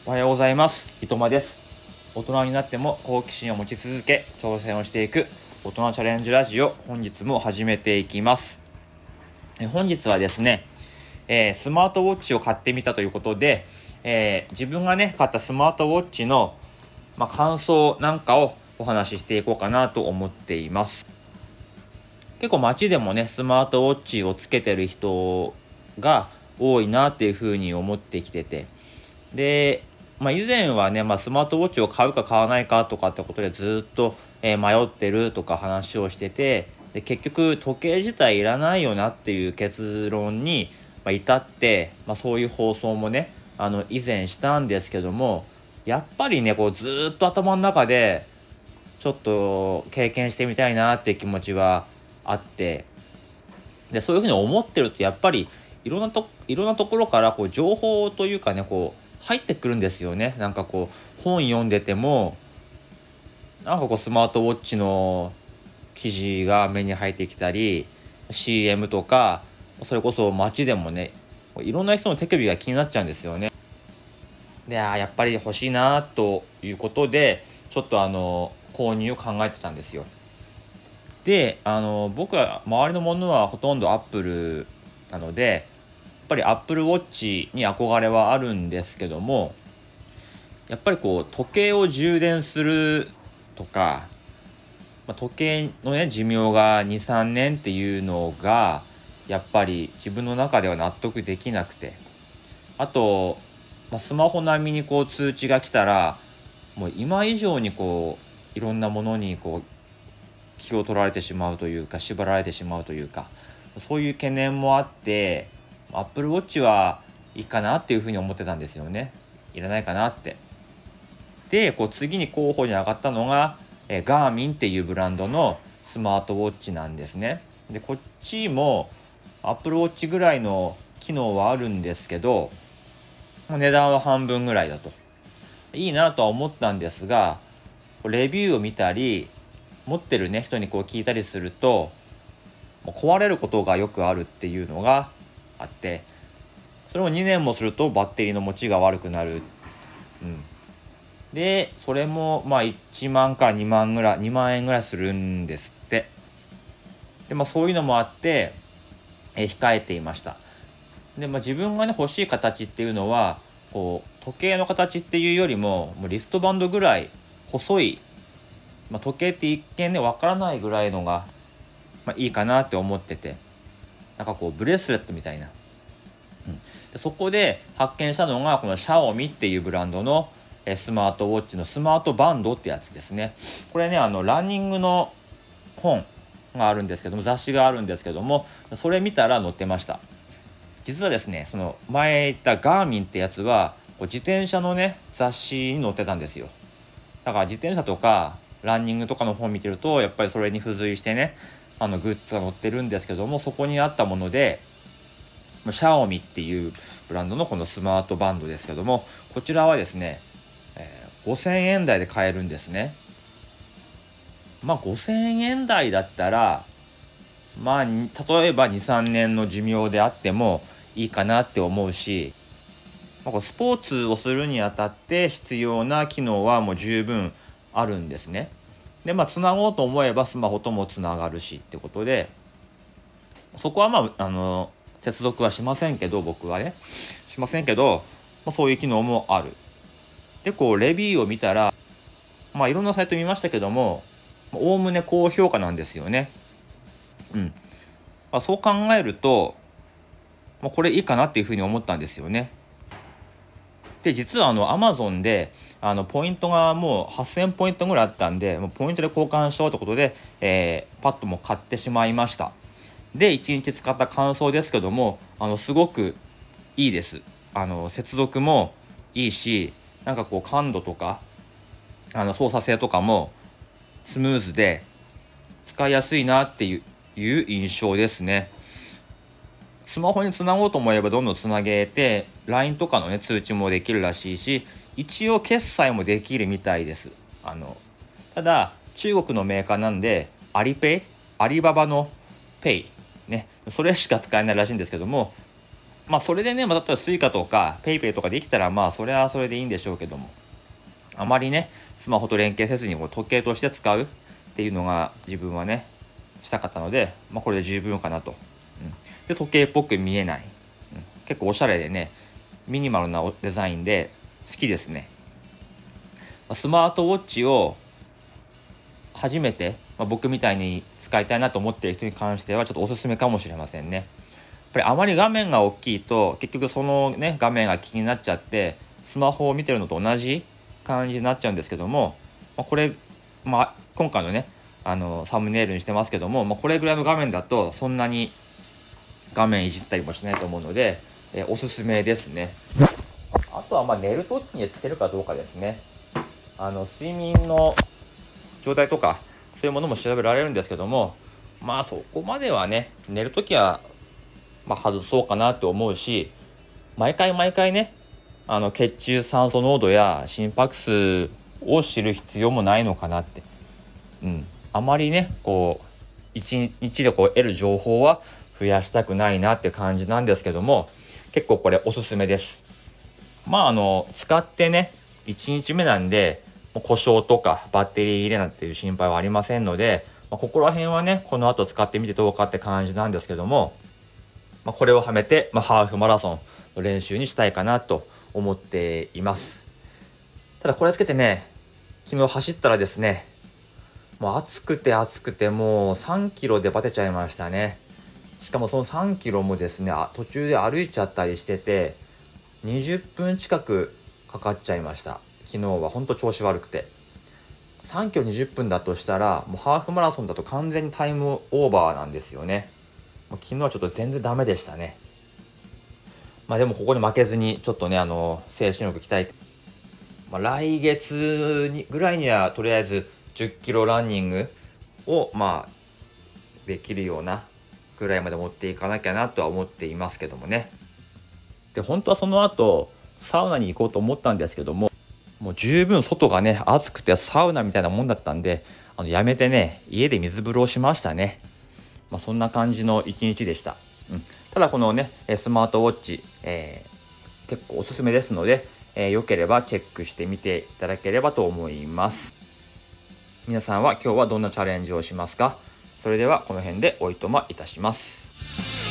おはようございます。いとまです。大人になっても好奇心を持ち続け、挑戦をしていく大人チャレンジラジオ、本日も始めていきます。本日はですね、スマートウォッチを買ってみたということで、自分がね、買ったスマートウォッチの、感想なんかをお話ししていこうかなと思っています。結構街でもね、スマートウォッチをつけてる人が多いなっていうふうに思ってきてて、で、以前はね、スマートウォッチを買うか買わないかとかってことでずっと、迷ってるとか話をしてて、で結局時計自体いらないよなっていう結論に、至って、そういう放送もね以前したんですけども、やっぱりねこうずっと頭の中でちょっと経験してみたいなっていう気持ちはあって、でそういうふうに思ってるとやっぱりいろんなところからこう情報というかねこう入ってくるんですよね。なんかこう本読んでてもなんかこうスマートウォッチの記事が目に入ってきたり CM とか、それこそ街でもねいろんな人の手首が気になっちゃうんですよね。でやっぱり欲しいなということでちょっと購入を考えてたんですよ。で僕は周りのものはほとんどアップルなので、やっぱりアップルウォッチに憧れはあるんですけども、やっぱりこう時計を充電するとか、時計のね寿命が 2,3 年っていうのがやっぱり自分の中では納得できなくて、あと、スマホ並みにこう通知が来たらもう今以上にこういろんなものにこう気を取られてしまうというか縛られてしまうというか、そういう懸念もあってアップルウォッチはいいかなっていうふうに思ってたんですよね。いらないかなって。でこう次に候補に上がったのがガーミンっていうブランドのスマートウォッチなんですね。でこっちもアップルウォッチぐらいの機能はあるんですけど、値段は半分ぐらいだといいなとは思ったんですが、レビューを見たり持ってるね人にこう聞いたりすると、もう壊れることがよくあるっていうのがあって、それも2年もするとバッテリーの持ちが悪くなる。でそれも1万から2万円ぐらいするんですって。でそういうのもあって控えていました。で自分がね欲しい形っていうのはこう時計の形っていうよりもリストバンドぐらい細い、時計って一見ねわからないぐらいのが、いいかなって思ってて、なんかこうブレスレットみたいな、でそこで発見したのがこのシャオミっていうブランドのスマートウォッチのスマートバンドってやつですね。これねランニングの本があるんですけども、雑誌があるんですけども、それ見たら載ってました。実はですねその前言ったガーミンってやつは自転車のね雑誌に載ってたんですよ。だから自転車とかランニングとかの本見てるとやっぱりそれに付随してねグッズが載ってるんですけども、そこにあったものでシャオミっていうブランドのこのスマートバンドですけども、こちらはですね、5000円台で買えるんですね。5000円台だったら例えば 2,3 年の寿命であってもいいかなって思うし、スポーツをするにあたって必要な機能はもう十分あるんですね。でつなごうと思えばスマホともつながるしってことで、そこは接続はしませんけど、僕はねしませんけど、そういう機能もある。でこうレビューを見たらいろんなサイト見ましたけども、おおむね高評価なんですよね。そう考えるとこれいいかなっていうふうに思ったんですよね。で実はAmazon でポイントがもう8000ポイントぐらいあったんで、もうポイントで交換しようということで、パッとも買ってしまいました。で1日使った感想ですけども、すごくいいです。接続もいいし、なんかこう感度とか操作性とかもスムーズで使いやすいなっていう印象ですね。スマホにつなごうと思えばどんどんつなげて LINE とかのね通知もできるらしいし、一応決済もできるみたいです。ただ中国のメーカーなんでアリペイ、アリババのペイね、それしか使えないらしいんですけども、 それでね、例えばスイカとかペイペイとかできたらそれはそれでいいんでしょうけども、あまりねスマホと連携せずに時計として使うっていうのが自分はねしたかったので、これで十分かなと、で時計っぽく見えない、結構おしゃれでねミニマルなデザインで好きですね。スマートウォッチを初めて、僕みたいに使いたいなと思っている人に関してはちょっとおすすめかもしれませんね。やっぱりあまり画面が大きいと結局そのね画面が気になっちゃってスマホを見てるのと同じ感じになっちゃうんですけども、これ、今回のねサムネイルにしてますけども、これぐらいの画面だとそんなに画面いじったりもしないと思うので、おすすめですね。あとは寝るときにつけるかどうかですね。睡眠の状態とかそういうものも調べられるんですけども、そこまではね寝るときは外そうかなと思うし、毎回ね血中酸素濃度や心拍数を知る必要もないのかなって、あまりね一日で得る情報は増やしたくないなって感じなんですけども、結構これおすすめです。使ってね1日目なんで故障とかバッテリー切れなんていう心配はありませんので、ここら辺はねこの後使ってみてどうかって感じなんですけども、これをはめて、ハーフマラソンの練習にしたいかなと思っています。ただこれつけてね昨日走ったらですね、暑くてもう3キロでバテちゃいましたね。しかもその3キロもですね途中で歩いちゃったりしてて20分近くかかっちゃいました。昨日は本当調子悪くて、3キロ20分だとしたらもうハーフマラソンだと完全にタイムオーバーなんですよね。昨日はちょっと全然ダメでしたね。でもここに負けずにちょっとね精神力鍛えて、来月ぐらいにはとりあえず10キロランニングをできるようなぐらいまで持っていかなきゃなとは思っていますけどもね。で本当はその後サウナに行こうと思ったんですけども、もう十分外がね暑くてサウナみたいなもんだったんでやめてね家で水風呂をしましたね。そんな感じの一日でした。ただこのねスマートウォッチ、結構おすすめですので、よければチェックしてみていただければと思います。皆さんは今日はどんなチャレンジをしますか？それではこの辺でおいとまいたします。